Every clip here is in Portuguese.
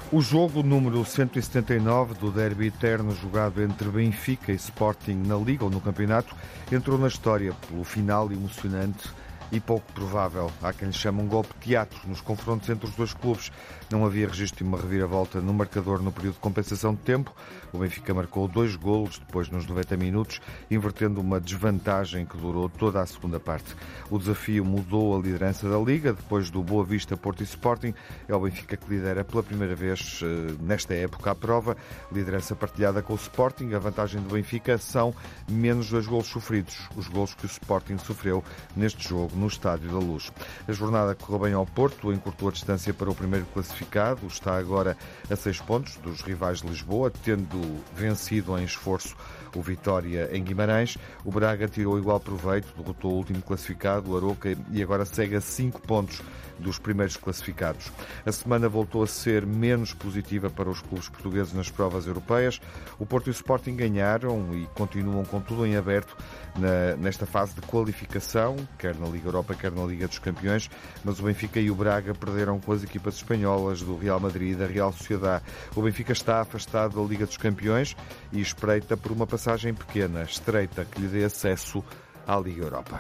O jogo número 179 do derby eterno jogado entre Benfica e Sporting na Liga ou no campeonato entrou na história pelo final emocionante e pouco provável. Há quem lhe chama um golpe de teatro nos confrontos entre os dois clubes. Não havia registro de uma reviravolta no marcador no período de compensação de tempo. O Benfica marcou 2 golos depois nos 90 minutos, invertendo uma desvantagem que durou toda a segunda parte. O desafio mudou a liderança da Liga. Depois do Boa Vista, Porto e Sporting, é o Benfica que lidera pela primeira vez nesta época a prova. Liderança partilhada com o Sporting. A vantagem do Benfica são menos 2 golos sofridos, os golos que o Sporting sofreu neste jogo no Estádio da Luz. A jornada correu bem ao Porto, encurtou a distância para o primeiro classificado, está agora a 6 pontos dos rivais de Lisboa, tendo vencido em esforço o Vitória em Guimarães. O Braga tirou igual proveito, derrotou o último classificado, o Aroca, e agora segue a 5 pontos dos primeiros classificados. A semana voltou a ser menos positiva para os clubes portugueses nas provas europeias. O Porto e o Sporting ganharam e continuam com tudo em aberto nesta fase de qualificação, quer na Liga Europa, quer na Liga dos Campeões, mas o Benfica e o Braga perderam com as equipas espanholas do Real Madrid e da Real Sociedade. O Benfica está afastado da Liga dos Campeões e espreita por uma passagem pequena, estreita, que lhe dê acesso à Liga Europa.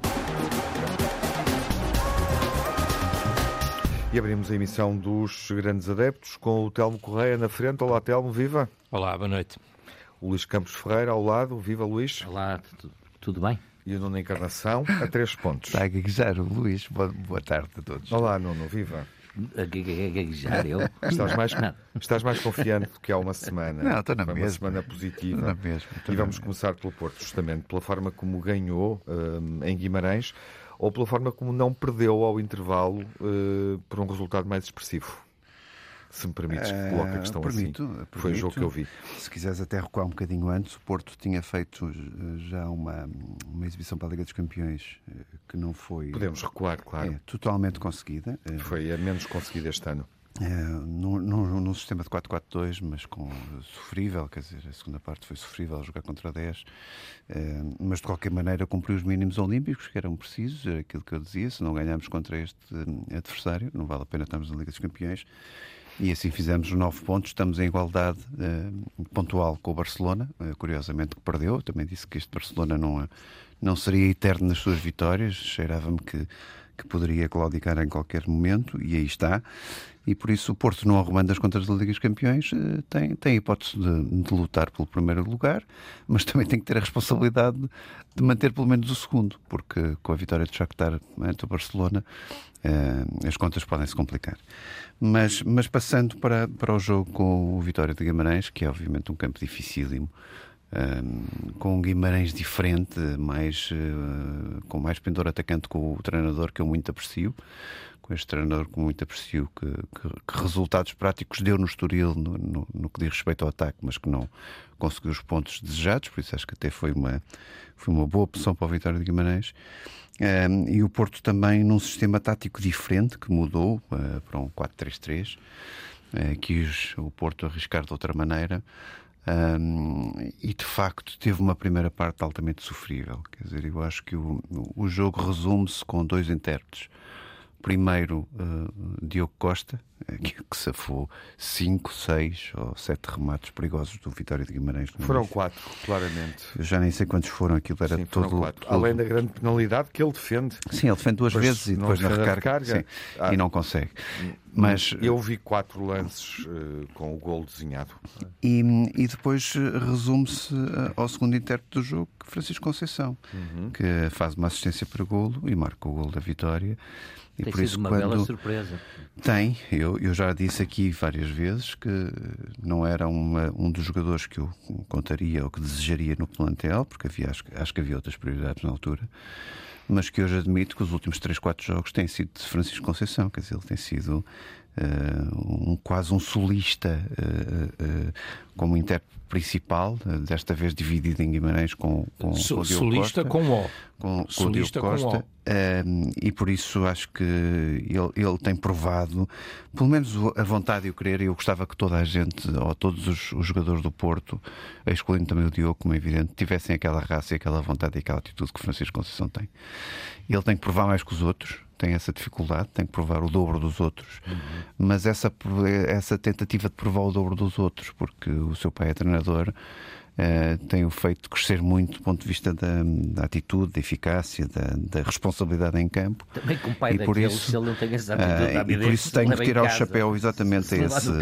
E abrimos a emissão dos Grandes Adeptos com o Telmo Correia na frente. Olá, Telmo, viva! Olá, boa noite. O Luís Campos Ferreira ao lado. Viva, Luís! Olá, tudo bem? E a Nuno Encarnação a 3 pontos. Está a gaguejar o Luís. Boa tarde a todos. Olá, Nuno, viva! A gaguejar eu? Estás mais confiante do que há uma semana. Não, estou na mesma. Uma semana positiva. E vamos começar pelo Porto, justamente pela forma como ganhou em Guimarães, ou pela forma como não perdeu ao intervalo por um resultado mais expressimo. Se me permites que coloque a questão permito. Foi o jogo que eu vi. Se quiseres até recuar um bocadinho antes, o Porto tinha feito já uma exibição para a Liga dos Campeões que não foi... Podemos recuar, claro. Totalmente conseguida. Foi a menos conseguida este ano. Num sistema de 4-4-2, mas sofrível, quer dizer, a segunda parte foi sofrível jogar contra 10, mas de qualquer maneira cumpriu os mínimos olímpicos que eram precisos, era aquilo que eu dizia. Se não ganharmos contra este adversário, não vale a pena estarmos na Liga dos Campeões. E assim fizemos os 9 pontos, estamos em igualdade pontual com o Barcelona, curiosamente que perdeu. Eu também disse que este Barcelona não seria eterno nas suas vitórias, cheirava-me que poderia claudicar em qualquer momento, e aí está. E por isso o Porto, não arrumando as contas da Liga dos Campeões, tem a hipótese de lutar pelo primeiro lugar, mas também tem que ter a responsabilidade de manter pelo menos o segundo, porque com a vitória de Shakhtar ante o Barcelona as contas podem se complicar. Mas passando para o jogo com o Vitória de Guimarães, que é obviamente um campo dificílimo, com um Guimarães diferente, com mais pendor atacante, com o treinador que eu muito aprecio, com este treinador que muito aprecio, que resultados práticos deu no Estoril no que diz respeito ao ataque, mas que não conseguiu os pontos desejados, por isso acho que até foi uma boa opção para o Vitória de Guimarães. E o Porto também num sistema tático diferente, que mudou para um 4-3-3, quis o Porto arriscar de outra maneira. E de facto teve uma primeira parte altamente sofrível. Quer dizer, eu acho que o jogo resume-se com 2 intérpretes. Primeiro, Diogo Costa, que safou 5, 6 ou 7 remates perigosos do Vitória de Guimarães. Foram 4, claramente. Eu já nem sei quantos foram, aquilo era. Sim, todo. Além da grande penalidade que ele defende. Sim, ele defende 2 vezes e depois na recarga. Sim, e não consegue. Mas eu vi 4 lances com o golo desenhado. E depois resume-se ao segundo intérprete do jogo, Francisco Conceição, que faz uma assistência para golo e marca o golo da vitória. E tem sido uma bela surpresa. Eu já disse aqui várias vezes que não era um dos jogadores que eu contaria ou que desejaria no plantel, porque acho que havia outras prioridades na altura, mas que hoje admito que os últimos 3, 4 jogos têm sido de Francisco Conceição. Quer dizer, ele tem sido quase um solista como intérprete principal, desta vez dividido em Guimarães com o Diogo solista Costa, com o Diogo Costa, e por isso acho que ele tem provado pelo menos a vontade e o querer. Eu gostava que toda a gente, ou todos os jogadores do Porto, excluindo também o Diogo, como é evidente, tivessem aquela raça e aquela vontade e aquela atitude que o Francisco Conceição tem. Ele tem que provar mais que os outros, tem essa dificuldade, tem que provar o dobro dos outros, mas essa tentativa de provar o dobro dos outros, porque o seu pai é treinador, tem o feito crescer muito do ponto de vista da atitude, da eficácia, da responsabilidade em campo. Também com o pai daquele, por isso, se ele não tem essa atitude, e por isso tenho que tirar o chapéu exatamente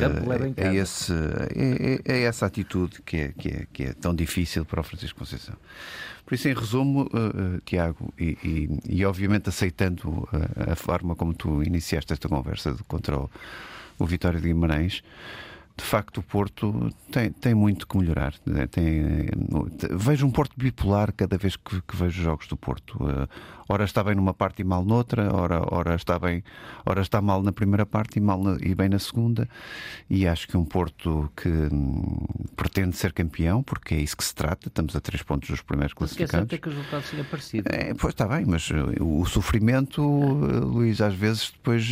a essa atitude que é tão difícil para o Francisco Conceição. Por isso, em resumo, Tiago, e obviamente aceitando a forma como tu iniciaste esta conversa contra o Vitória de Guimarães, de facto o Porto tem muito que melhorar. Vejo um Porto bipolar cada vez que vejo jogos do Porto. Ora está bem numa parte e mal noutra, ora está mal na primeira parte e bem na segunda. E acho que um Porto que pretende ser campeão, porque é isso que se trata, estamos a 3 pontos dos primeiros classificados. Esquece até que os resultados sejam parecidos. Pois está bem, mas o sofrimento, Luís, às vezes depois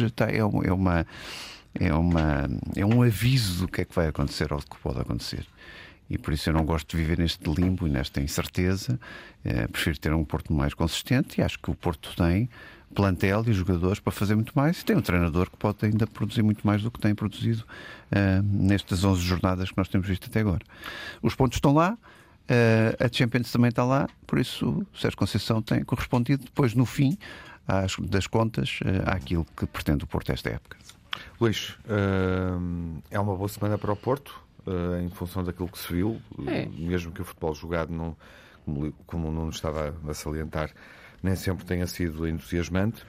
é um aviso do que é que vai acontecer ou do que pode acontecer. E por isso eu não gosto de viver neste limbo e nesta incerteza. Prefiro ter um Porto mais consistente, e acho que o Porto tem plantel e jogadores para fazer muito mais, e tem um treinador que pode ainda produzir muito mais do que tem produzido nestas 11 jornadas que nós temos visto até agora. Os pontos estão lá, a Champions também está lá, por isso o Sérgio Conceição tem correspondido depois, no fim das contas, àquilo que pretende o Porto esta época. Luís, é uma boa semana para o Porto, em função daquilo que se viu, mesmo que o futebol jogado, não, como o Nuno estava a salientar, nem sempre tenha sido entusiasmante,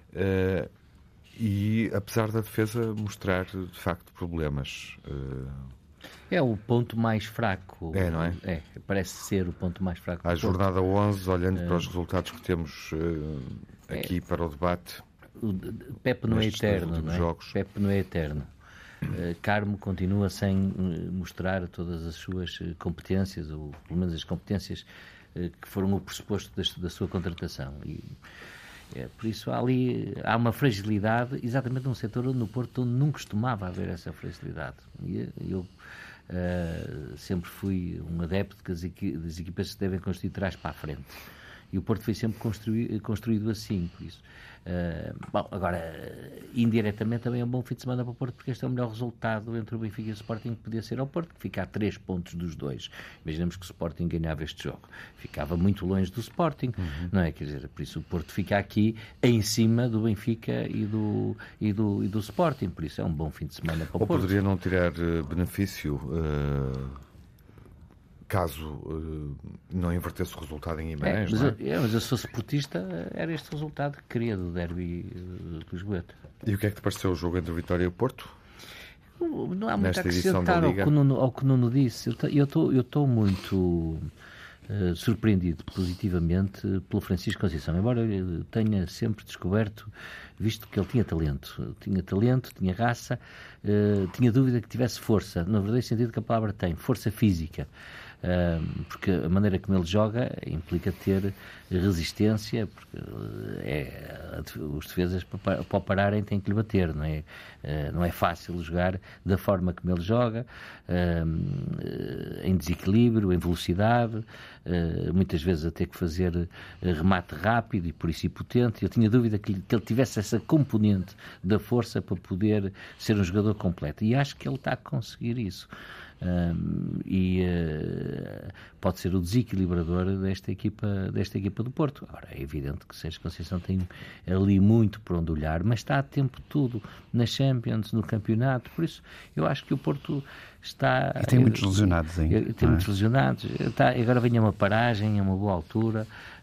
e apesar da defesa mostrar de facto problemas. É o ponto mais fraco. Não é? Parece ser o ponto mais fraco. À jornada 11, olhando para os resultados que temos aqui para o debate. O Pepe não é eterno, não é? Pepe não é eterno. Carmo continua sem mostrar todas as suas competências, ou pelo menos as competências que foram o pressuposto da sua contratação. E, por isso há uma fragilidade, exatamente num setor onde no Porto não costumava haver essa fragilidade. E eu sempre fui um adepto que as equipas se devem construir de trás para a frente. E o Porto foi sempre construído assim, por isso. Agora, indiretamente também é um bom fim de semana para o Porto, porque este é o melhor resultado entre o Benfica e o Sporting que podia ser ao Porto, que fica a 3 pontos dos dois. Imaginemos que o Sporting ganhava este jogo. Ficava muito longe do Sporting, não é? Quer dizer, por isso o Porto fica aqui em cima do Benfica e do Sporting, por isso é um bom fim de semana para o Porto. Ou poderia não tirar benefício caso não invertesse o resultado em Guimarães, não é? Mas eu sou sportista, era este resultado que queria do derby de Lisboeta. E o que é que te pareceu o jogo entre o Vitória e o Porto? Não há muito a acrescentar ao que o Nuno disse. Eu estou muito surpreendido positivamente pelo Francisco Conceição, embora eu tenha sempre visto que ele tinha talento, tinha raça, tinha dúvida que tivesse força, no verdadeiro sentido que a palavra tem, força física. Porque a maneira como ele joga implica ter resistência, porque os defesas para o pararem têm que lhe bater, não é? Não é fácil jogar da forma como ele joga, em desequilíbrio, em velocidade, muitas vezes a ter que fazer remate rápido e por isso potente. Eu tinha dúvida que ele tivesse essa componente da força para poder ser um jogador completo, e acho que ele está a conseguir isso. Pode ser o desequilibrador desta equipa do Porto. Agora, é evidente que Sérgio Conceição tem ali muito por onde olhar, mas está a tempo tudo na Champions, no campeonato, por isso eu acho que o Porto está... E tem muitos lesionados ainda. Tem muitos lesionados. Agora vem uma paragem, a uma boa altura.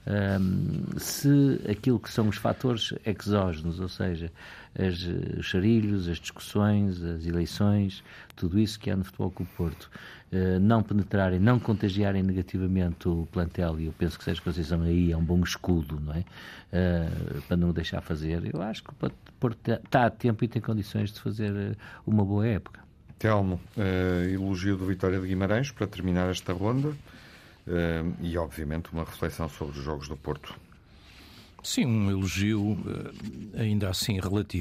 Se aquilo que são os fatores exógenos, ou seja, os charilhos, as discussões, as eleições, tudo isso que há no Futebol Clube Porto, não penetrarem, não contagiarem negativamente o plantel, e eu penso que Sérgio Conceição aí é um bom escudo, não é? Para não o deixar fazer. Eu acho que o Porto está a tempo e tem condições de fazer uma boa época. Telmo, elogio do Vitória de Guimarães para terminar esta ronda. E obviamente uma reflexão sobre os jogos do Porto. Sim, um elogio ainda assim relativo.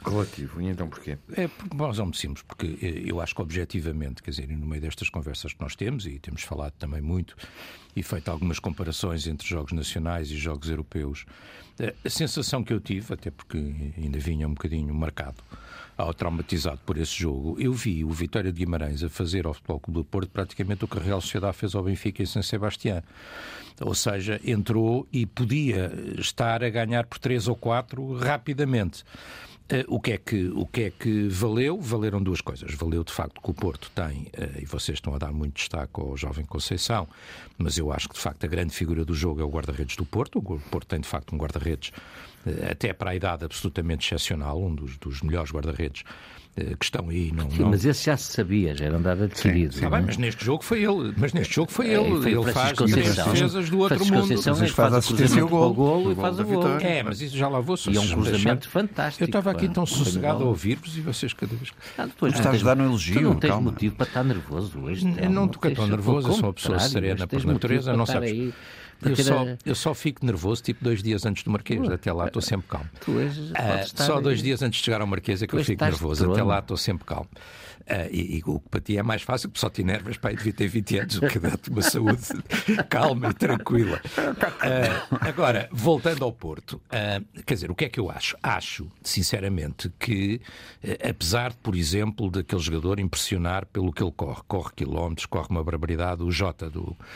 relativo. E então porquê? Porque nós almocemos, porque eu acho que objetivamente, quer dizer, no meio destas conversas que nós temos, e temos falado também muito, e feito algumas comparações entre jogos nacionais e jogos europeus, a sensação que eu tive, até porque ainda vinha um bocadinho marcado, ao traumatizado por esse jogo, eu vi o Vitória de Guimarães a fazer ao Futebol Clube do Porto praticamente o que a Real Sociedade fez ao Benfica em São Sebastião. Ou seja, entrou e podia estar a ganhar por 3 ou 4 rapidamente. O que é que valeu? Valeram duas coisas. Valeu, de facto, que o Porto tem, e vocês estão a dar muito destaque ao jovem Conceição, mas eu acho que, de facto, a grande figura do jogo é o guarda-redes do Porto. O Porto tem, de facto, um guarda-redes, até para a idade, absolutamente excepcional, um dos melhores guarda-redes que estão aí. Mas esse já se sabia, já era andado adquirido. Sim, bem, mas neste jogo foi ele. Ele faz as defesas do outro mundo. Mas faz a assistência ao golo e faz o golo. Mas isso já lá vou. E é um cruzamento fantástico. Eu estava aqui tão sossegado a ouvir-vos e vocês cada vez... Tu estás a dar um elogio, tu não tens motivo para estar nervoso hoje. Não estou tão nervoso, eu sou uma pessoa serena por natureza, não sabes... Eu só fico nervoso tipo 2 dias antes do Marquês. Até lá estou sempre calmo. Só 2 dias antes de chegar ao Marquês é que eu fico nervoso. Até lá estou sempre calmo. E o que para ti é mais fácil, porque só te enervas, pá, devia ter 20 anos, o que dá-te uma saúde calma e tranquila. Agora, voltando ao Porto, quer dizer, o que é que eu acho? Acho, sinceramente, que apesar, por exemplo, daquele jogador impressionar pelo que ele corre quilómetros, corre uma barbaridade, o Jota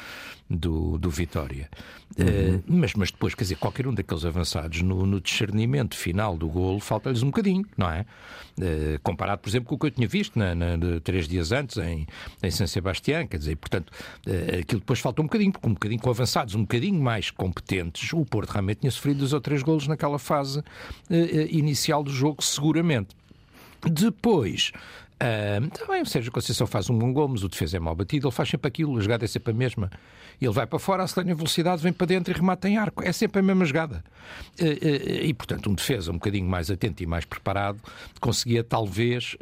do Vitória. Mas depois, quer dizer, qualquer um daqueles avançados no discernimento final do golo falta-lhes um bocadinho, não é? Comparado, por exemplo, com o que eu tinha visto 3 dias antes em São Sebastião, quer dizer, portanto, aquilo depois falta um bocadinho, porque um bocadinho com avançados um bocadinho mais competentes, o Porto realmente tinha sofrido 2 ou 3 golos naquela fase inicial do jogo, seguramente. Depois... também o Sérgio Conceição faz um bom gol, mas o defesa é mal batido, ele faz sempre aquilo, a jogada é sempre a mesma. Ele vai para fora, acelera em velocidade, vem para dentro e remata em arco. É sempre a mesma jogada. E, portanto, um defesa um bocadinho mais atento e mais preparado conseguia, talvez,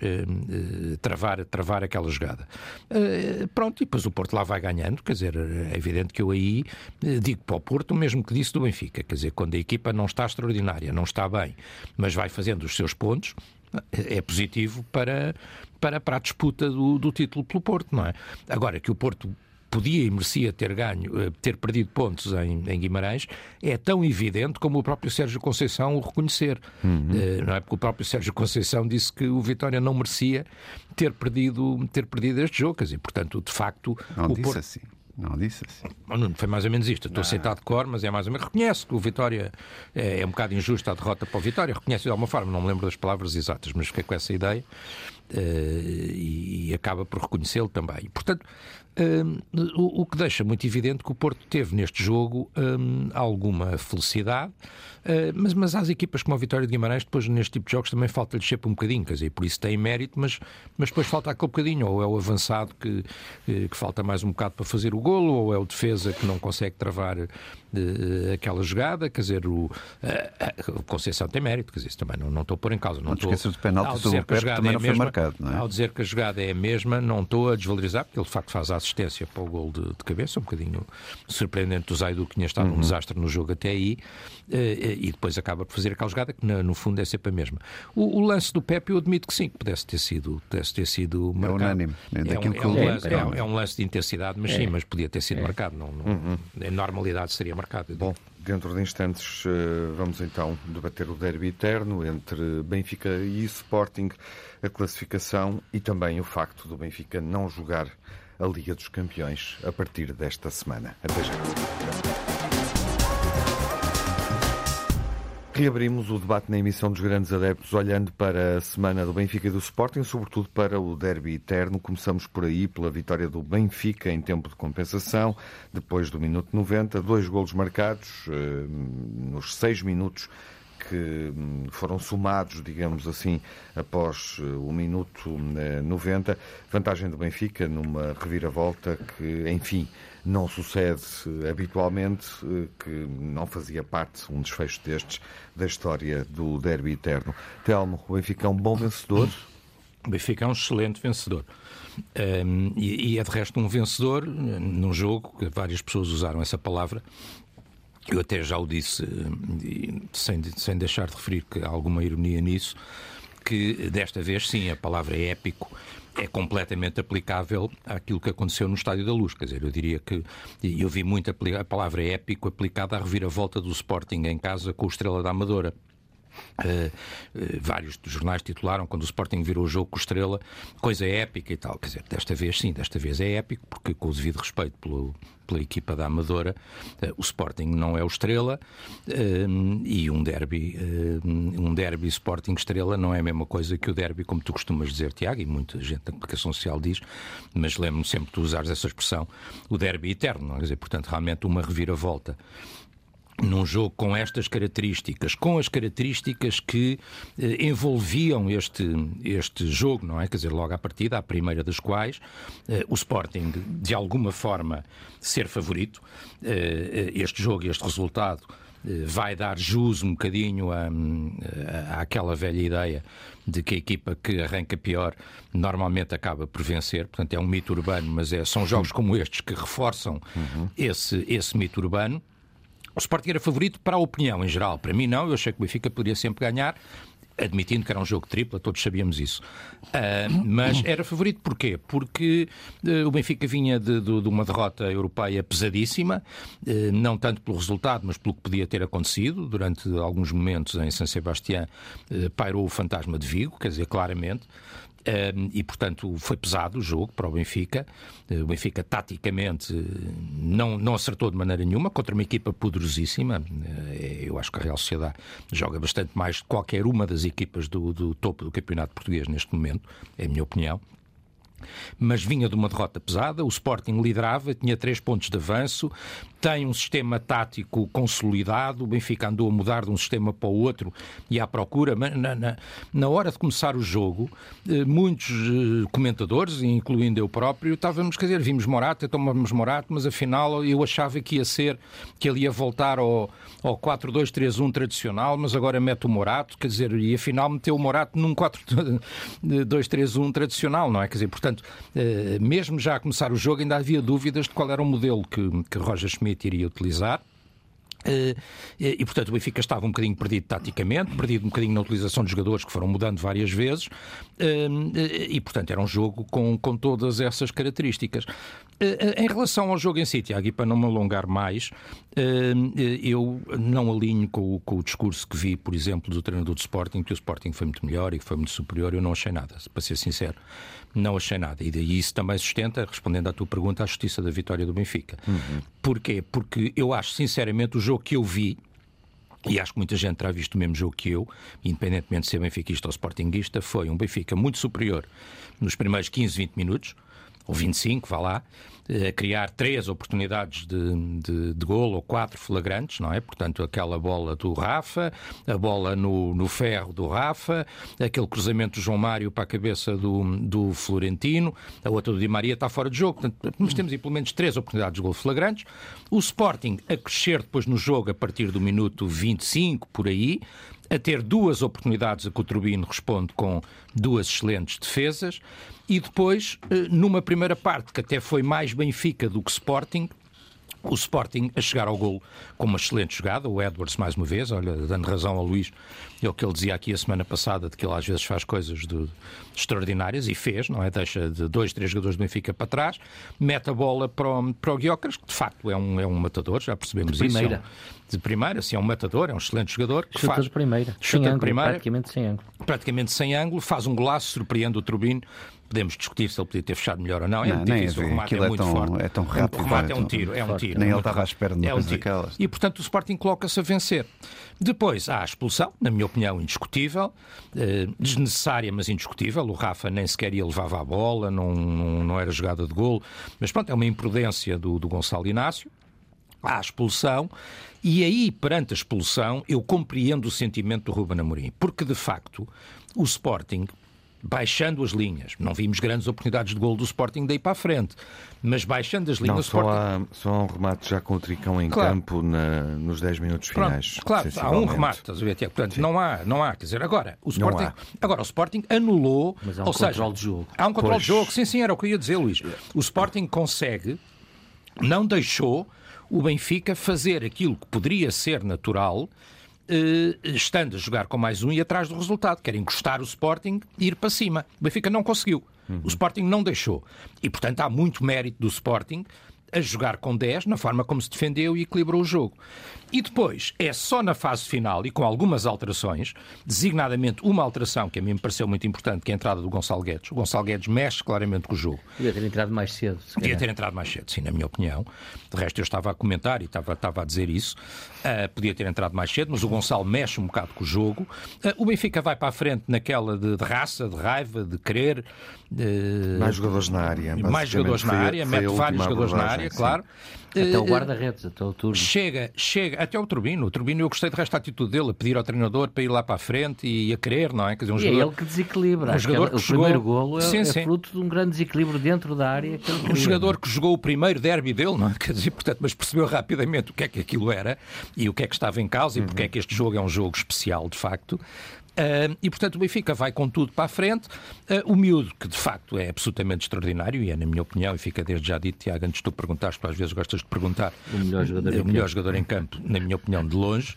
travar aquela jogada. Pronto, e depois o Porto lá vai ganhando. Quer dizer, é evidente que eu aí digo para o Porto o mesmo que disse do Benfica. Quer dizer, quando a equipa não está extraordinária, não está bem, mas vai fazendo os seus pontos, é positivo para a disputa do título pelo Porto, não é? Agora, que o Porto podia e merecia ter perdido pontos em Guimarães, é tão evidente como o próprio Sérgio Conceição o reconhecer. Não é? Porque o próprio Sérgio Conceição disse que o Vitória não merecia ter perdido este jogo, quer dizer, portanto, de facto... Não disse assim. Não disse assim. Não, foi mais ou menos isto. Estou sentado de cor, mas é mais ou menos... Reconhece que o Vitória é um bocado injusta a derrota para o Vitória. Reconhece de alguma forma, não me lembro das palavras exatas, mas fiquei com essa ideia e acaba por reconhecê-lo também. Portanto, o que deixa muito evidente que o Porto teve neste jogo alguma felicidade, mas às equipas como a Vitória de Guimarães, depois neste tipo de jogos também falta-lhes sempre um bocadinho, quer dizer, por isso tem mérito, mas depois falta aquele bocadinho, ou é o avançado que falta mais um bocado para fazer o golo, ou é o defesa que não consegue travar aquela jogada, quer dizer, o Conceição tem mérito, quer dizer, isso também não estou a pôr em causa. Não esqueças do penalti sobre o Pepe, também não foi marcado, não é? Ao dizer que a jogada é a mesma, não estou a desvalorizar, porque ele de facto faz a assistência para o golo de cabeça, um bocadinho surpreendente do Zaidu, que tinha estado um desastre no jogo até aí, e depois acaba por fazer aquela jogada que no fundo é sempre a mesma. O lance do Pepe, eu admito que sim, que pudesse ter sido marcado. É unânime. É um lance de intensidade, mas sim, mas podia ter sido marcado. Em normalidade seria marcado. Bom, dentro de instantes vamos então debater o derby eterno entre Benfica e Sporting, a classificação e também o facto do Benfica não jogar a Liga dos Campeões a partir desta semana. Até já. Reabrimos o debate na emissão dos Grandes Adeptos, olhando para a semana do Benfica e do Sporting, sobretudo para o derby eterno. Começamos por aí, pela vitória do Benfica em tempo de compensação, depois do minuto 90, 2 golos marcados nos 6 minutos que foram somados, digamos assim, após o minuto 90. Vantagem do Benfica numa reviravolta que, enfim, não sucede habitualmente, que não fazia parte, um desfecho destes, da história do derby eterno. Telmo, o Benfica é um bom vencedor? O Benfica é um excelente vencedor. E é de resto um vencedor num jogo, que várias pessoas usaram essa palavra. Eu até já o disse, sem deixar de referir que há alguma ironia nisso, que desta vez sim, a palavra épico é completamente aplicável àquilo que aconteceu no Estádio da Luz. Quer dizer, eu diria que eu vi muito a palavra épico aplicada à reviravolta do Sporting em casa com o Estrela da Amadora. Vários dos jornais titularam quando o Sporting virou o jogo com o Estrela, coisa épica e tal. Quer dizer, desta vez sim, desta vez é épico, porque com o devido respeito pela equipa da Amadora, o Sporting não é o Estrela, e um derby Sporting Estrela não é a mesma coisa que o derby, como tu costumas dizer, Tiago, e muita gente da comunicação social diz, mas lembro-me sempre de tu usares essa expressão, o derby eterno, não é? Quer dizer, portanto, realmente uma reviravolta num jogo com estas características, com as características que envolviam este jogo, não é? Quer dizer, logo à partida, a primeira das quais, o Sporting, de alguma forma, ser favorito. Este jogo e este resultado vai dar jus um bocadinho àquela velha ideia de que a equipa que arranca pior normalmente acaba por vencer. Portanto, é um mito urbano, mas são jogos como estes que reforçam esse mito urbano. O Sporting era favorito para a opinião em geral. Para mim não, eu achei que o Benfica poderia sempre ganhar, admitindo que era um jogo tripla, todos sabíamos isso. Mas era favorito porquê? Porque o Benfica vinha de uma derrota europeia pesadíssima, não tanto pelo resultado, mas pelo que podia ter acontecido. Durante alguns momentos em San Sebastián pairou o fantasma de Vigo, quer dizer, claramente. E, portanto, foi pesado o jogo para o Benfica. O Benfica, taticamente, não acertou de maneira nenhuma contra uma equipa poderosíssima. Eu acho que a Real Sociedade joga bastante mais que qualquer uma das equipas do topo do campeonato português neste momento, é a minha opinião. Mas vinha de uma derrota pesada, o Sporting liderava, tinha 3 pontos de avanço, tem um sistema tático consolidado, o Benfica andou a mudar de um sistema para o outro e à procura. Na hora de começar o jogo, muitos comentadores, incluindo eu próprio, vimos Morata, tomamos Morata, mas afinal eu achava que ele ia voltar ao 4-2-3-1 tradicional, mas agora mete o Morato, quer dizer, e afinal meteu o Morato num 4-2-3-1 tradicional, não é? Quer dizer, portanto, mesmo já a começar o jogo ainda havia dúvidas de qual era o modelo que Roger Schmidt iria utilizar. E, portanto, o Benfica estava um bocadinho perdido taticamente, perdido um bocadinho na utilização de jogadores que foram mudando várias vezes, e, portanto, era um jogo com todas essas características. Em relação ao jogo em si, Tiago, e para não me alongar mais, eu não alinho com o discurso que vi, por exemplo, do treinador do Sporting, que o Sporting foi muito melhor e que foi muito superior. Eu não achei nada, para ser sincero. Não achei nada. E isso também sustenta, respondendo à tua pergunta, a justiça da vitória do Benfica. Porquê? Porque eu acho, sinceramente, o jogo que eu vi, e acho que muita gente terá visto o mesmo jogo que eu, independentemente de ser benfiquista ou sportinguista, foi um Benfica muito superior nos primeiros 15, 20 minutos, ou 25, vá lá, a criar 3 oportunidades de golo ou 4 flagrantes, não é? Portanto, aquela bola do Rafa, a bola no ferro do Rafa, aquele cruzamento do João Mário para a cabeça do Florentino, a outra do Di Maria está fora de jogo. Portanto, nós temos aí pelo menos 3 oportunidades de golo flagrantes. O Sporting a crescer depois no jogo a partir do minuto 25, por aí, a ter 2 oportunidades a que o Turbino responde com 2 excelentes defesas, e depois, numa primeira parte, que até foi mais Benfica do que Sporting, o Sporting a chegar ao golo com uma excelente jogada, o Edwards mais uma vez, olha, dando razão ao Luís, é o que ele dizia aqui a semana passada, de que ele às vezes faz coisas extraordinárias, e fez, não é? Deixa de 2, 3 jogadores do Benfica para trás, mete a bola para o Gyökeres, que de facto é um matador, já percebemos isso. De primeira, assim, é um matador, é um excelente jogador. Chuta de primeira. Chuta de primeira. Praticamente sem ângulo, faz um golaço, surpreende o Turbino. Podemos discutir se ele podia ter fechado melhor ou não. É muito difícil, o remate é muito forte. É tão rápido. O remate é um tiro. Nem ele estava à espera de uma coisa daquelas. E, portanto, o Sporting coloca-se a vencer. Depois há a expulsão, na minha opinião, indiscutível, desnecessária, mas indiscutível. O Rafa nem sequer ia levava a bola, não era jogada de golo. Mas, pronto, é uma imprudência do Gonçalo Inácio. Há a expulsão, e aí, perante a expulsão, eu compreendo o sentimento do Ruben Amorim, porque, de facto, o Sporting, baixando as linhas, não vimos grandes oportunidades de golo do Sporting daí para a frente, mas baixando as linhas... Não, só há um remate já com o Tricão em campo nos 10 minutos finais. Claro, há um remate, estás a ver, Tiago? Portanto, não há, quer dizer, agora o Sporting anulou... Mas há um controle de jogo. Há um controle de jogo, sim, era o que eu ia dizer, Luís. O Sporting consegue, não deixou o Benfica fazer aquilo que poderia ser natural, estando a jogar com mais um e atrás do resultado, quer encostar o Sporting e ir para cima. O Benfica não conseguiu. O Sporting não deixou. E, portanto, há muito mérito do Sporting a jogar com 10, na forma como se defendeu e equilibrou o jogo. E depois, é só na fase final e com algumas alterações, designadamente uma alteração que a mim me pareceu muito importante, que é a entrada do Gonçalo Guedes. O Gonçalo Guedes mexe claramente com o jogo. Podia ter entrado mais cedo. Podia ter entrado mais cedo, sim, na minha opinião. De resto, eu estava a comentar e estava a dizer isso. Podia ter entrado mais cedo, mas o Gonçalo mexe um bocado com o jogo. O Benfica vai para a frente naquela de raça, de raiva, de querer. Mais jogadores na área. Mais jogadores na área, mete vários jogadores na área, claro. Até o guarda-redes, até o Turbino. Chega, até o Turbino. O Turbino, eu gostei de resto da atitude dele, a pedir ao treinador para ir lá para a frente e a querer, não é? Quer dizer, um jogador, é ele que desequilibra. O primeiro golo é fruto de um grande desequilíbrio dentro da área. Um jogador que jogou o primeiro derby dele, não é? Quer dizer, portanto, mas percebeu rapidamente o que é que aquilo era e o que é que estava em causa e porque é que este jogo é um jogo especial, de facto. E, portanto, o Benfica vai com tudo para a frente. O miúdo, que de facto é absolutamente extraordinário, e é, na minha opinião, e fica desde já dito, Tiago, antes de tu perguntares, tu às vezes gostas de perguntar, o melhor jogador em campo, na minha opinião, de longe.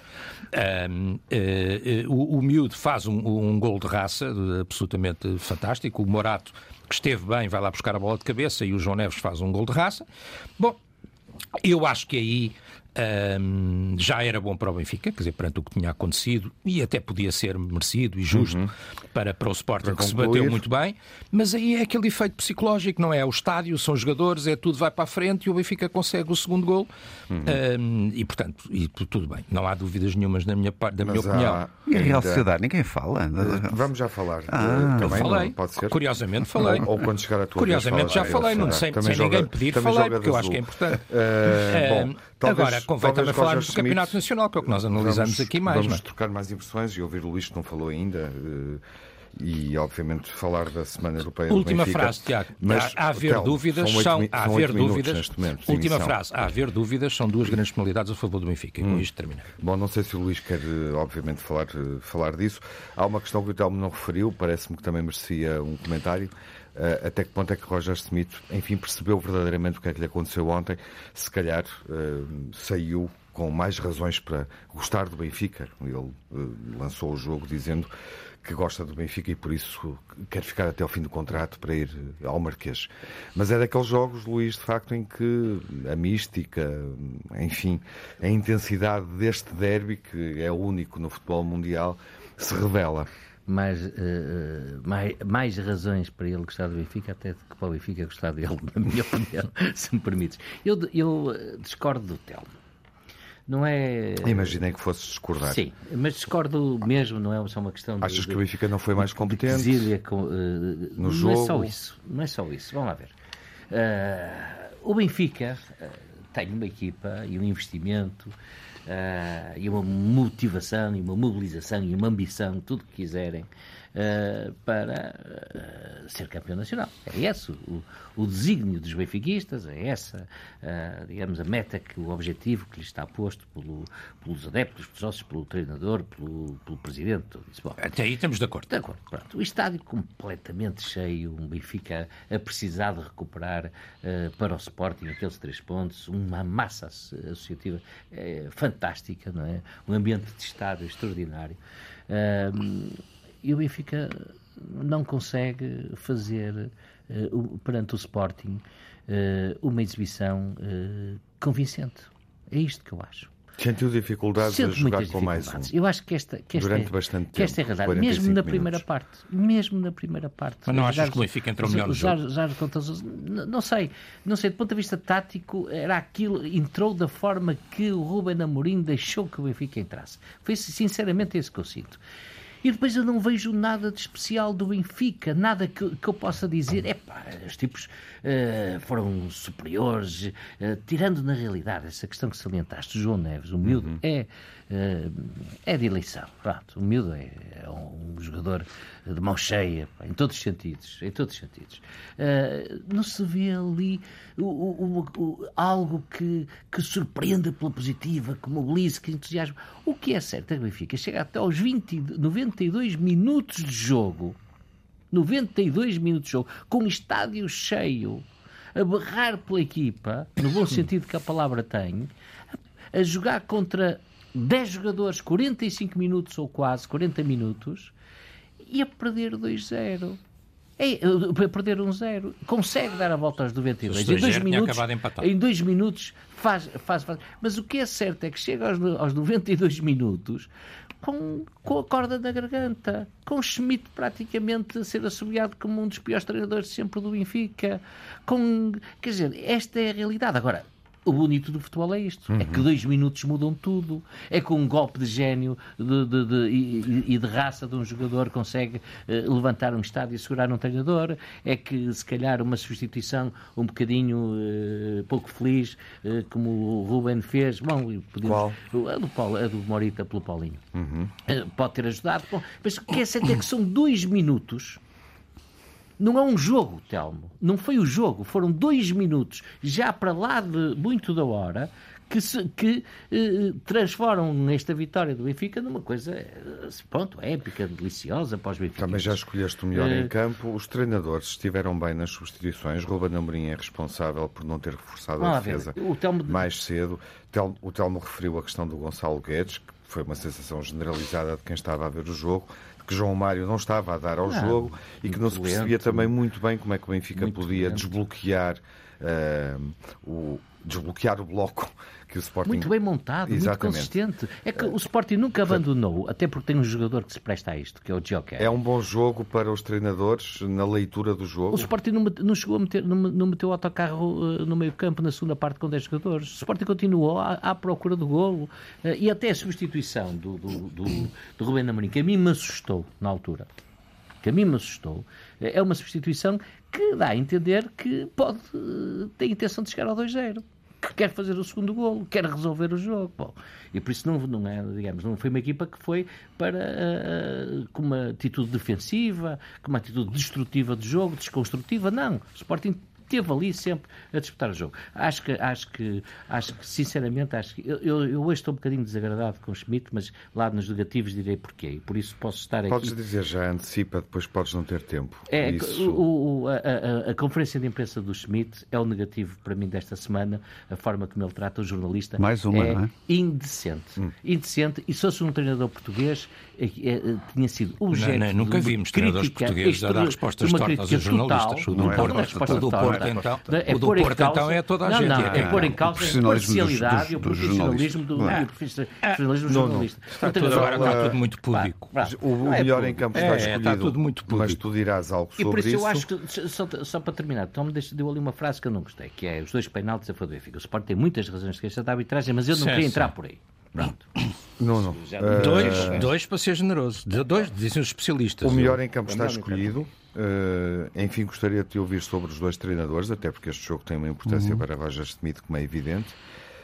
O miúdo faz um gol de raça absolutamente fantástico. O Morato, que esteve bem, vai lá buscar a bola de cabeça, e o João Neves faz um gol de raça. Bom, eu acho que aí já era bom para o Benfica, quer dizer, perante o que tinha acontecido, e até podia ser merecido e justo para o Sporting, que se bateu muito bem, mas aí é aquele efeito psicológico, não é? O estádio, são jogadores, tudo vai para a frente e o Benfica consegue o segundo gol. E, portanto, tudo bem, não há dúvidas nenhumas da minha opinião. E a Real Sociedade, ninguém fala. Vamos já falar. Eu falei, não, pode ser? Curiosamente falei. Ou quando chegar a tua Curiosamente já falei, não sem ninguém pedir, falei, porque eu acho que é importante. Agora, convém também falarmos do Campeonato Nacional, que é o que nós analisamos aqui mais. Vamos trocar mais impressões e ouvir o Luís, que não falou ainda, e obviamente falar da Semana Europeia do Benfica. Última frase, Tiago. Há haver dúvidas, última frase, há haver dúvidas, são duas grandes penalidades a favor do Benfica, e com isto termina. Bom, não sei se o Luís quer, obviamente, falar disso. Há uma questão que o Telmo não referiu, parece-me que também merecia um comentário. Até que ponto é que Roger Smith, enfim, percebeu verdadeiramente o que é que lhe aconteceu ontem? Se calhar saiu com mais razões para gostar do Benfica. Ele lançou o jogo dizendo que gosta do Benfica e por isso quer ficar até ao fim do contrato para ir ao Marquês. Mas é daqueles jogos, Luís, de facto, em que a mística, enfim, a intensidade deste derby, que é o único no futebol mundial, se revela. Mais razões para ele gostar do Benfica até que para o Benfica gostar dele, na minha opinião, se me permites. Eu discordo do Telmo. Não é... Imaginei que fosse discordar. Sim, mas discordo mesmo, não é só uma questão de... Achas que o Benfica não foi mais competente no jogo? Não é só isso. Vamos lá ver. O Benfica tem uma equipa e um investimento e uma motivação, e uma mobilização, e uma ambição, tudo o que quiserem, para ser campeão nacional. É esse o desígnio dos benfiquistas, é essa, digamos, a meta, o objetivo que lhe está posto pelos adeptos, pelos sócios, pelo treinador, pelo presidente, tudo isso. Bom, até aí estamos de acordo. De acordo, pronto. O estádio completamente cheio, um Benfica a precisar de recuperar para o Sporting aqueles 3 pontos, uma massa associativa fantástica, não é? Um ambiente de estádio extraordinário. E o Benfica não consegue fazer perante o Sporting uma exibição convincente. É isto que eu acho. Sentiu dificuldades a jogar com mais um. Eu acho que esta é razão. Mesmo na primeira parte. Mas não achas que o Benfica entrou melhor no jogo? Não sei. Do ponto de vista tático, era aquilo, entrou da forma que o Ruben Amorim deixou que o Benfica entrasse. Foi sinceramente isso que eu sinto. E depois eu não vejo nada de especial do Benfica, nada que eu possa dizer, os tipos foram superiores, tirando na realidade essa questão que salientaste, o João Neves, o miúdo, é de eleição. Pronto, o miúdo é um jogador de mão cheia, em todos os sentidos. Não se vê ali algo que surpreenda pela positiva, que mobilize, que entusiasme. O que é certo é que o Benfica chega até aos 92 minutos de jogo, com o estádio cheio, a berrar pela equipa, no bom sentido que a palavra tem, a jogar contra 10 jogadores, 45 minutos ou quase 40 minutos, e a perder 2-0. A perder 1-0. Consegue dar a volta aos 92. Em 2 minutos faz. Mas o que é certo é que chega aos 92 minutos com a corda na garganta, com Schmidt praticamente a ser assobiado como um dos piores treinadores sempre do Benfica. Quer dizer, esta é a realidade. Agora, o bonito do futebol é isto. É que 2 minutos mudam tudo. É que um golpe de gênio e de raça de um jogador consegue levantar um estádio e segurar um treinador. É que, se calhar, uma substituição um bocadinho pouco feliz, como o Ruben fez. Bom, qual? A do Morita pelo Paulinho. Pode ter ajudado. Bom, mas o que é certo é que são 2 minutos. Não é um jogo, Telmo. Não foi o jogo. Foram 2 minutos, já para lá de muito da hora, que transformam esta vitória do Benfica numa coisa, pronto, épica, deliciosa para os Benfica. Também já escolheste o melhor em campo. Os treinadores estiveram bem nas substituições. Ruben Amorim é responsável por não ter reforçado a defesa mais cedo. O Telmo referiu a questão do Gonçalo Guedes, que foi uma sensação generalizada de quem estava a ver o jogo, que João Mário não estava a dar ao jogo e que não se percebia também muito bem como é que o Benfica podia desbloquear o bloco que o Sporting... Muito bem montado, muito consistente. É que o Sporting nunca abandonou, até porque tem um jogador que se presta a isto, que é o Joker. É um bom jogo para os treinadores na leitura do jogo? O Sporting não chegou a meter, não meteu o autocarro no meio campo na segunda parte com 10 jogadores. O Sporting continuou à procura do golo. E até a substituição do Ruben Amorim, que a mim me assustou na altura. É uma substituição que dá a entender que tem a intenção de chegar ao 2-0. Que quer fazer o segundo golo, quer resolver o jogo. Bom, e por isso não é, digamos, não foi uma equipa que foi com uma atitude defensiva, com uma atitude destrutiva do jogo, desconstrutiva. Não. O Sporting esteve ali sempre a disputar o jogo. Acho que sinceramente, eu hoje estou um bocadinho desagradado com o Schmidt, mas lá nos negativos direi porquê. E por isso posso estar aqui... Podes dizer já, antecipa, depois podes não ter tempo. A conferência de imprensa do Schmidt é o negativo para mim desta semana. A forma como ele trata o jornalista mais uma, é não é? Indecente. Indecente. E se fosse um treinador português, tinha sido o gênio. Nunca vimos treinadores portugueses a dar respostas tortas aos jornalistas. O do Porto, então, é toda a gente. É pôr em causa a imparcialidade e o profissionalismo do jornalista. Está tudo muito público. O melhor em campo está escolhido, está tudo muito público. Mas tu dirás algo sobre isso. E por isso eu acho que, só para terminar, Tom deu ali uma frase que eu não gostei, que é os 2 penaltis a favor do Benfica. O Sport tem muitas razões de queixa da arbitragem, mas eu não queria entrar por aí. Pronto. Não. Dois para ser generoso. Dois, dizem os especialistas. O melhor em campo está escolhido. Enfim, gostaria de te ouvir sobre os 2 treinadores, até porque este jogo tem uma importância para Roger Schmidt, como é evidente,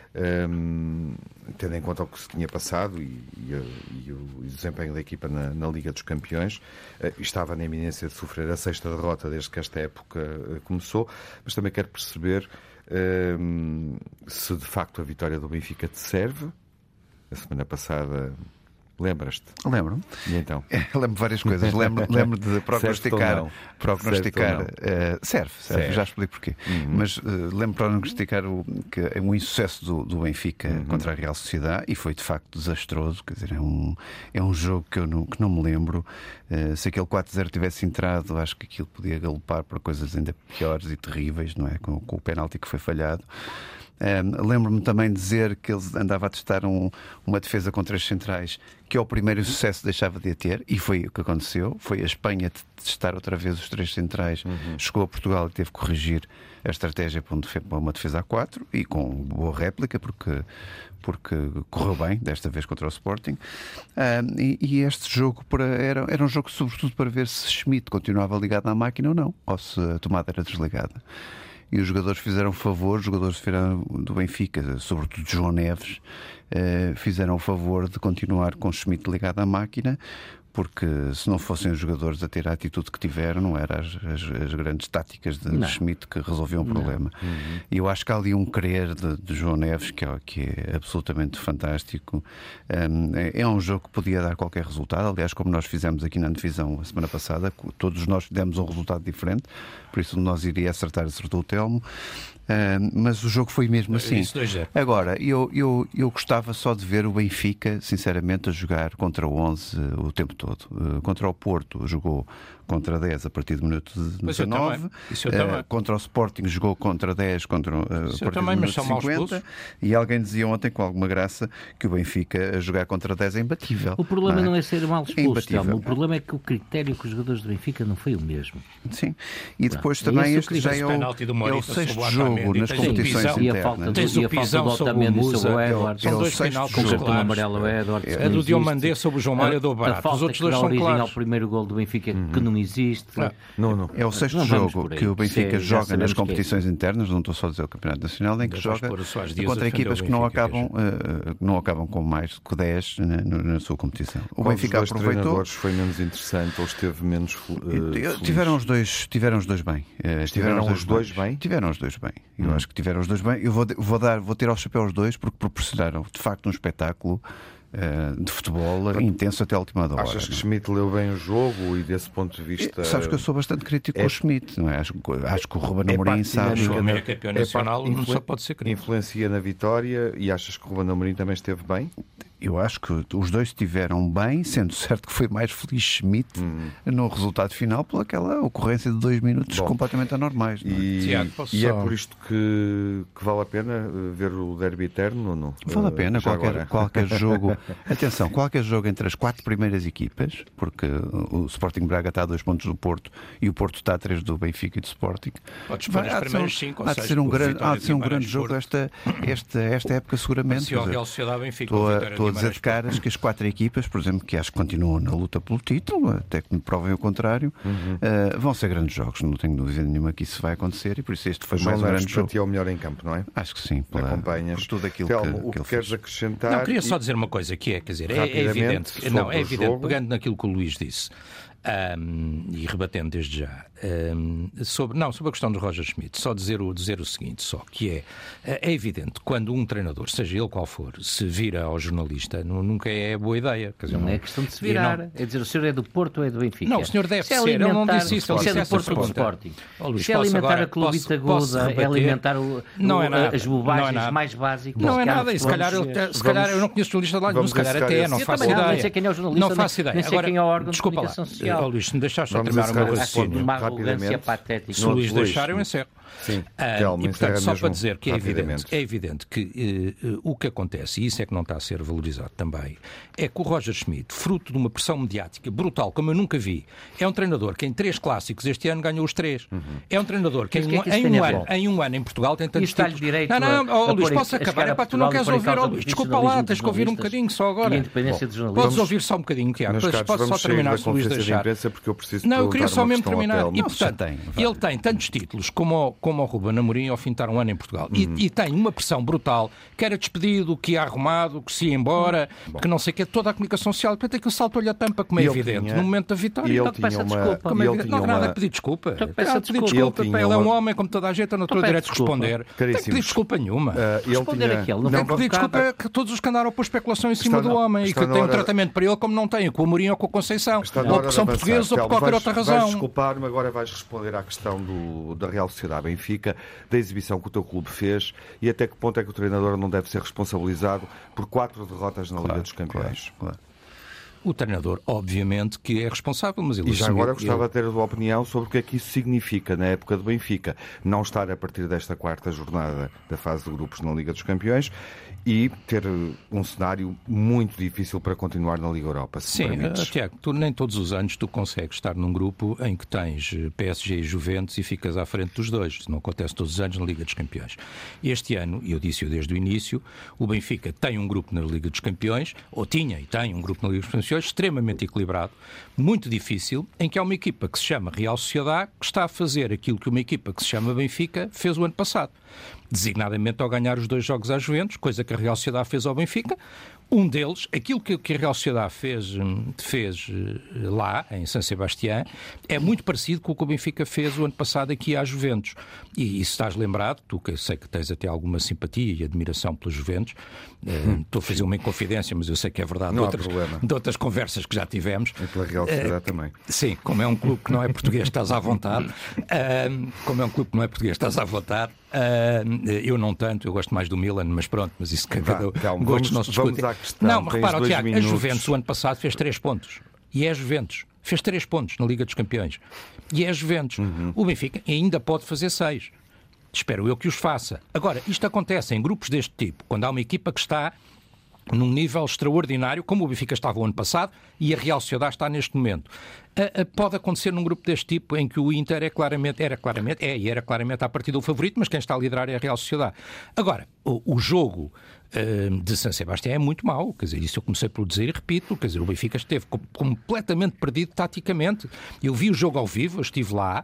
tendo em conta o que se tinha passado e o desempenho da equipa na Liga dos Campeões. Estava na iminência de sofrer a 6ª derrota desde que esta época começou, mas também quero perceber se de facto a vitória do Benfica te serve. A semana passada... Lembras-te? Lembro-me. E então? Lembro de várias coisas. Lembro de prognosticar. Serve. Já explico porquê. Mas lembro de prognosticar que é um insucesso do Benfica contra a Real Sociedade, e foi de facto desastroso. Quer dizer, é um jogo que não me lembro. Se aquele 4-0 tivesse entrado, acho que aquilo podia galopar para coisas ainda piores e terríveis, não é? Com o penalti que foi falhado. Lembro-me também de dizer que ele andava a testar uma defesa com 3 centrais, que é o primeiro sucesso deixava de a ter, e foi o que aconteceu. Foi a Espanha testar outra vez os 3 centrais, chegou a Portugal e teve que corrigir a estratégia para uma defesa a 4, e com boa réplica, porque correu bem desta vez contra o Sporting. E este jogo era um jogo sobretudo para ver se Schmidt continuava ligado à máquina ou não, ou se a tomada era desligada. E os jogadores fizeram favor, os jogadores do Benfica, sobretudo João Neves, fizeram o favor de continuar com o Schmidt ligado à máquina, porque se não fossem os jogadores a ter a atitude que tiveram, não eram as grandes táticas de Schmidt que resolviam o problema. E eu acho que há ali um querer de João Neves que é absolutamente fantástico. É um jogo que podia dar qualquer resultado, aliás, como nós fizemos aqui na divisão a semana passada, todos nós demos um resultado diferente, por isso nós iria acertou o Telmo. Mas o jogo foi mesmo assim. Agora, eu gostava só de ver o Benfica, sinceramente, a jogar contra o 11 o tempo todo. Contra o Porto jogou contra 10 a partir do minuto 19. Contra o Sporting jogou contra 10 a partir do minuto 50. E alguém dizia ontem, com alguma graça, que o Benfica a jogar contra 10 é imbatível. O problema não é ser mal expulso, o problema é que o critério com os jogadores do Benfica não foi o mesmo. Sim. E depois também este já é o sexto jogo nas competições internas. Tens o pisão sobre o Musa, são dois penaltis claros. A do Diomandé sobre o João Mário do Barato. Os outros dois são claros. Ao primeiro gol do Benfica que não existe. Não. É o sexto jogo que o Benfica joga nas competições internas, não estou só a dizer o Campeonato Nacional, em que joga contra equipas que não acabam com mais que 10 na sua competição. O Benfica aproveitou. Foi menos interessante ou esteve menos feliz? Tiveram os dois bem. Tiveram os dois bem? Tiveram os dois bem. Eu acho que tiveram os dois bem. Eu vou tirar o chapéu aos dois porque proporcionaram de facto um espetáculo de futebol intenso até a última hora. Achas que Schmidt leu bem o jogo e desse ponto de vista... Sabes que eu sou bastante crítico com o Schmidt, não é? Acho que o Ruben Amorim sabe... É campeão nacional, não só pode ser crítico. Influencia na vitória e achas que o Ruben Amorim também esteve bem? Eu acho que os dois estiveram bem, sendo certo que foi mais feliz Schmidt no resultado final por aquela ocorrência de 2 minutos completamente anormais. Não é? E é por isto que vale a pena ver o derby eterno ou não? Vale a pena, qualquer jogo. Atenção, qualquer jogo entre as 4 primeiras equipas, porque o Sporting Braga está a 2 pontos do Porto e o Porto está a 3 do Benfica e do Sporting. Há de ser um grande jogo esta época, seguramente. Se o Real Sociedade Benfica Estou a dizer de caras que as 4 equipas, por exemplo, que acho que continuam na luta pelo título, até que me provem o contrário, vão ser grandes jogos. Não tenho dúvida nenhuma que isso vai acontecer e por isso este foi mais um grande jogo. É o melhor em campo, não é? Acho que sim. Acompanhas por tudo aquilo Telmo, que ele queres acrescentar? Não, queria só dizer uma coisa que é, quer dizer, é evidente, pegando naquilo que o Luís disse. E rebatendo desde já sobre a questão do Roger Schmidt, só dizer o seguinte, só que é evidente, quando um treinador, seja ele qual for, se vira ao jornalista, nunca é boa ideia. Quer dizer, não é questão de se virar, é dizer, o senhor é do Porto ou é do Benfica? Não, o senhor deve ser, ele não disse isso, ele disse é do Porto ou do Sporting. Se é alimentar a clubita aguda, é alimentar as bobagens mais básicas. Não é nada, e se calhar eu não conheço o jornalista lá, se calhar até não faço ideia. Não sei quem é o jornalista, não faço ideia. Nem sei quem é o órgão de comunicação social. Luís, se me deixaste só terminar o meu raciocínio. Uma arrogância patética. Se o Luís deixar, eu encerro. Sim, e portanto, só para dizer que é evidente que o que acontece, e isso é que não está a ser valorizado também, é que o Roger Schmidt, fruto de uma pressão mediática brutal, como eu nunca vi, é um treinador que em 3 clássicos este ano ganhou os 3. É um treinador que em um ano em Portugal tem tantos títulos. Luís, posso acabar? Tu não queres ouvir, Luís, desculpa lá, tens que ouvir um bocadinho só agora. Podes ouvir só um bocadinho, Tiago. Posso só terminar se o Luís deixar. Não, eu queria só mesmo terminar. E portanto, ele tem tantos títulos como o Ruben Amorim ao fim de estar um ano em Portugal. E tem uma pressão brutal, que era despedido, que ia arrumado, que se ia embora, que não sei o que, toda a comunicação social. Portanto, aquilo saltou-lhe a tampa, como é evidente, no momento da vitória. Ele peça desculpa. Não há nada a pedir desculpa. Ele é um homem, como toda a gente, eu não estou direito de responder. Não tem que pedir desculpa nenhuma. Responder aquele. Não tem que pedir desculpa a todos os que andaram a pôr especulação em cima do homem e que têm um tratamento para ele como não têm com o Amorim ou com a Conceição, ou porque são portugueses ou por qualquer outra razão. Vais desculpar-me, agora vais responder à questão da Real Sociedade Benfica, da exibição que o teu clube fez e até que ponto é que o treinador não deve ser responsabilizado por 4 derrotas na Liga dos Campeões. Claro. O treinador, obviamente, que é responsável, mas ele... E já agora gostava de ter a tua opinião sobre o que é que isso significa na época do Benfica. Não estar a partir desta 4ª jornada da fase de grupos na Liga dos Campeões e ter um cenário muito difícil para continuar na Liga Europa. Sim, Tiago, nem todos os anos tu consegues estar num grupo em que tens PSG e Juventus e ficas à frente dos dois. Isso não acontece todos os anos na Liga dos Campeões. Este ano, e eu disse-o desde o início, o Benfica tem um grupo na Liga dos Campeões, ou tinha e tem um grupo na Liga dos Campeões, extremamente equilibrado, muito difícil, em que há uma equipa que se chama Real Sociedade que está a fazer aquilo que uma equipa que se chama Benfica fez o ano passado. Designadamente ao ganhar os 2 jogos à Juventus, coisa que a Real Sociedade fez ao Benfica, Um deles, aquilo que a Real Sociedade fez lá, em San Sebastián, é muito parecido com o que o Benfica fez o ano passado aqui à Juventus. E se estás lembrado, tu que eu sei que tens até alguma simpatia e admiração pelos Juventus, estou a fazer uma inconfidência, mas eu sei que é verdade de outras conversas que já tivemos. E pela Real Sociedade também. Sim, como é um clube que não é português, estás à vontade. Eu não tanto, eu gosto mais do Milan, mas pronto, mas isso que gostos não se discute. Não, mas repara, Tiago, a Juventus o ano passado fez 3 pontos. E é a Juventus. Fez 3 pontos na Liga dos Campeões. E é a Juventus. O Benfica ainda pode fazer 6. Espero eu que os faça. Agora, isto acontece em grupos deste tipo, quando há uma equipa que está num nível extraordinário, como o Benfica estava o ano passado e a Real Sociedade está neste momento. Pode acontecer num grupo deste tipo em que o Inter era claramente à partida o favorito, mas quem está a liderar é a Real Sociedade. Agora, o jogo de San Sebastián é muito mau, quer dizer, isso eu comecei por dizer e repito, quer dizer, o Benfica esteve completamente perdido taticamente. Eu vi o jogo ao vivo, eu estive lá,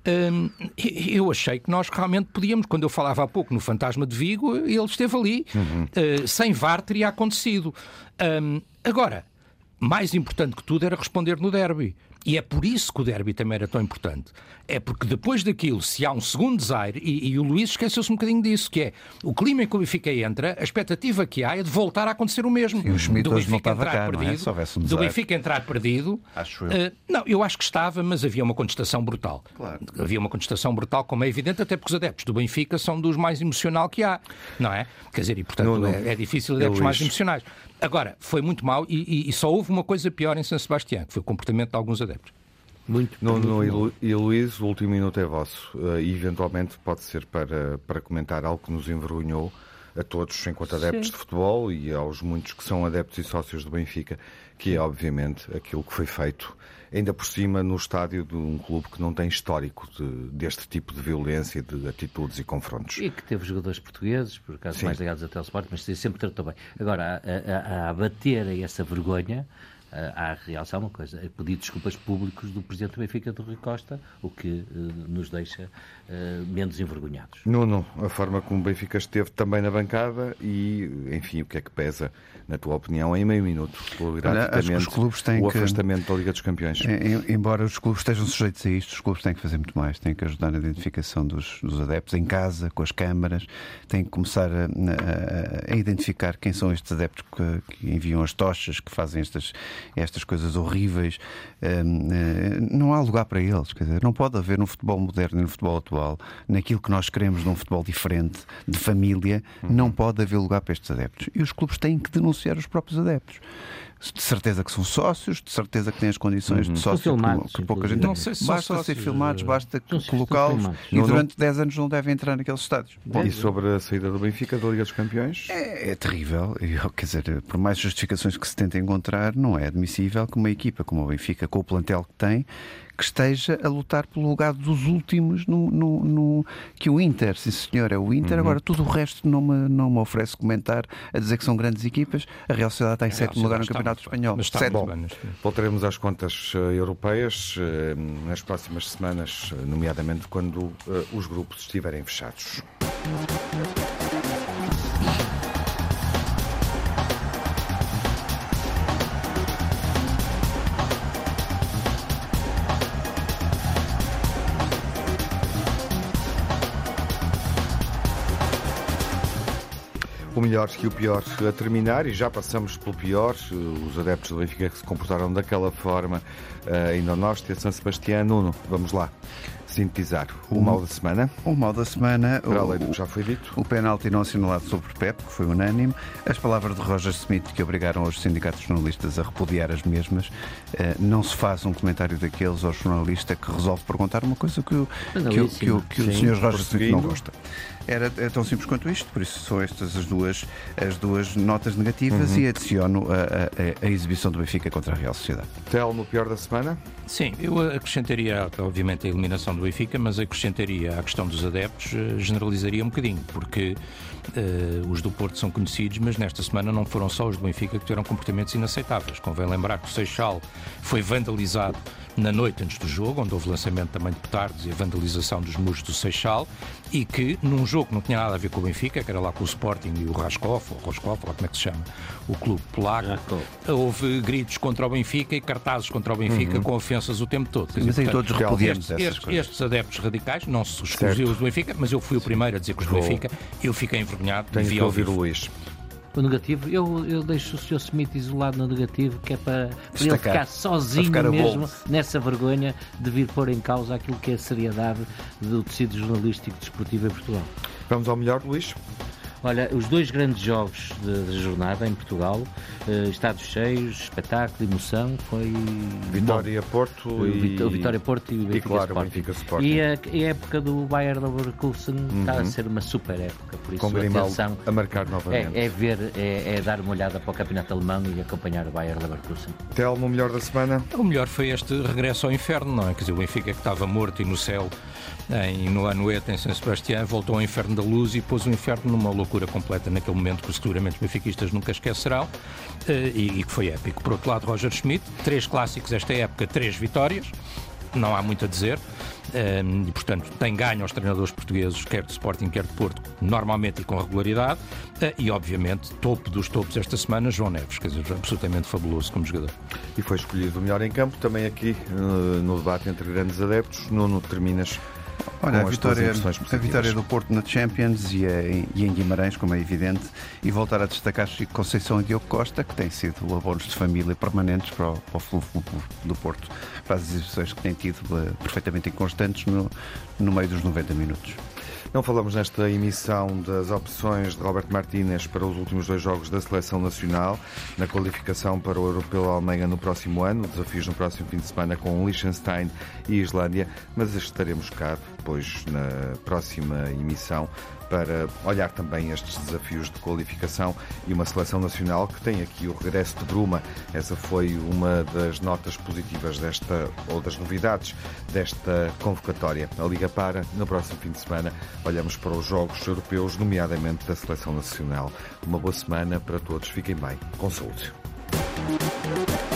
eu achei que nós realmente podíamos, quando eu falava há pouco no Fantasma de Vigo, ele esteve ali, sem VAR teria acontecido. Agora, mais importante que tudo era responder no derby. E é por isso que o derby também era tão importante. É porque depois daquilo, se há um segundo desaire, e o Luís esqueceu-se um bocadinho disso, que é o clima em que o Benfica entra, a expectativa que há é de voltar a acontecer o mesmo. E o Schmidt hoje não estava cá, não é? Se houvesse um desaire. Do Benfica entrar perdido... Acho eu. Não, eu acho que estava, mas havia uma contestação brutal. Claro. Havia uma contestação brutal, como é evidente, até porque os adeptos do Benfica são dos mais emocional que há, não é? Quer dizer, e portanto é difícil adeptos mais emocionais. Agora, foi muito mau e só houve uma coisa pior em San Sebastián, que foi o comportamento de alguns adeptos. E Luís, o último minuto é vosso. E eventualmente pode ser para comentar algo que nos envergonhou a todos enquanto adeptos de futebol e aos muitos que são adeptos e sócios do Benfica, que é obviamente aquilo que foi feito, ainda por cima no estádio de um clube que não tem histórico deste tipo de violência, de atitudes e confrontos. E que teve jogadores portugueses, por acaso mais ligados até ao Sport, mas sempre tratou bem. Agora, a abater a essa vergonha, há a realçar uma coisa, é pedir desculpas públicos do Presidente do Benfica, do Rui Costa, o que nos deixa menos envergonhados. Nuno, a forma como o Benfica esteve também na bancada e, enfim, o que é que pesa, na tua opinião, em meio minuto, o afastamento da Liga dos Campeões? Embora os clubes estejam sujeitos a isto, os clubes têm que fazer muito mais, têm que ajudar na identificação dos adeptos em casa, com as câmaras, têm que começar a identificar quem são estes adeptos que enviam as tochas, que fazem estas coisas horríveis. Não há lugar para eles, quer dizer, não pode haver no futebol moderno e no futebol atual, naquilo que nós queremos de um futebol diferente, de família, não pode haver lugar para estes adeptos. E os clubes têm que denunciar os próprios adeptos. De certeza que são sócios, de certeza que têm as condições de sócio que pouca gente... Não sei se basta sócios, ser filmados, basta colocá-los e durante 10 anos não devem entrar naqueles estádios. E sobre a saída do Benfica da Liga dos Campeões? É terrível. Quer dizer, por mais justificações que se tentem encontrar, não é admissível que uma equipa como o Benfica, com o plantel que tem, que esteja a lutar pelo lugar dos últimos que o Inter, sim senhor, é o Inter. Agora tudo o resto não me oferece comentar a dizer que são grandes equipas. A Real Sociedade está em 7º lugar no Campeonato Espanhol. Voltaremos às contas europeias nas próximas semanas, nomeadamente quando os grupos estiverem fechados. O melhor e o pior a terminar, e já passamos pelo pior. Os adeptos do Benfica que se comportaram daquela forma ainda nós, ter San Sebastián. Nuno, vamos lá sintetizar o mal da semana. O mal da semana, para além do que já foi dito, o penalti não assinalado sobre Pep, que foi unânime, as palavras de Roger Smith que obrigaram os sindicatos jornalistas a repudiar as mesmas. Não se faz um comentário daqueles ao jornalista que resolve perguntar uma coisa que o Sr. Roger Smith não gosta. É tão simples quanto isto, por isso são estas as duas notas negativas e adiciono a exibição do Benfica contra a Real Sociedade. Telmo, pior da semana? Sim, eu acrescentaria, obviamente, a eliminação do Benfica, mas acrescentaria a questão dos adeptos, generalizaria um bocadinho, porque os do Porto são conhecidos, mas nesta semana não foram só os do Benfica que tiveram comportamentos inaceitáveis. Convém lembrar que o Seixal foi vandalizado na noite antes do jogo, onde houve lançamento também de petardos e a vandalização dos muros do Seixal, e que num jogo que não tinha nada a ver com o Benfica, que era lá com o Sporting e o Raskov, ou como é que se chama, o clube polaco, houve gritos contra o Benfica e cartazes contra o Benfica com ofensas o tempo todo. Mas aí todos repudiamos essas coisas. Estes adeptos radicais, não se exclusivos do Benfica, mas eu fui o primeiro a dizer que os do Benfica, eu fiquei envergonhado. Tenho que ouvir o Luís. O negativo, eu deixo o Sr. Smith isolado no negativo, que é para ele ficar sozinho mesmo nessa vergonha de vir pôr em causa aquilo que é a seriedade do tecido jornalístico desportivo em Portugal. Vamos ao melhor, Luís? Olha, os dois grandes jogos da jornada em Portugal, estádios cheios, espetáculo, emoção, foi... Vitória-Porto e... Vitória-Porto e Benfica, claro, Sporting. Benfica Sporting. E a época do Bayer Leverkusen está a ser uma super época, por isso com atenção a marcar novamente. É dar uma olhada para o campeonato alemão e acompanhar o Bayer Leverkusen. Telmo, o melhor da semana? O melhor foi este regresso ao inferno, não é? Quer dizer, o Benfica que estava morto e no céu, no Anoeta, em São Sebastião, voltou ao inferno da luz e pôs o inferno numa loucura completa naquele momento que seguramente os benfiquistas nunca esquecerão, e que foi épico. Por outro lado, Roger Schmidt, 3 clássicos esta época, 3 vitórias, não há muito a dizer, e portanto tem ganho aos treinadores portugueses, quer de Sporting, quer de Porto, normalmente e com regularidade, e obviamente topo dos topos esta semana, João Neves, quer dizer, absolutamente fabuloso como jogador. E foi escolhido o melhor em campo, também aqui no debate entre grandes adeptos. Nuno, terminas. Olha, a vitória do Porto na Champions e em Guimarães, como é evidente, e voltar a destacar Chico Conceição e Diogo Costa, que têm sido abonos de família permanentes para o Futebol do Porto, para as exibições que têm tido perfeitamente inconstantes no meio dos 90 minutos. Não falamos nesta emissão das opções de Roberto Martínez para os últimos 2 jogos da Seleção Nacional, na qualificação para o Europeu Alemanha no próximo ano, desafios no próximo fim de semana com Liechtenstein e Islândia, mas estaremos cá depois na próxima emissão para olhar também estes desafios de qualificação e uma Seleção Nacional que tem aqui o regresso de Bruma. Essa foi uma das notas positivas ou das novidades desta convocatória. A Liga para no próximo fim de semana. Olhamos para os Jogos Europeus, nomeadamente da Seleção Nacional. Uma boa semana para todos. Fiquem bem. Com saúde.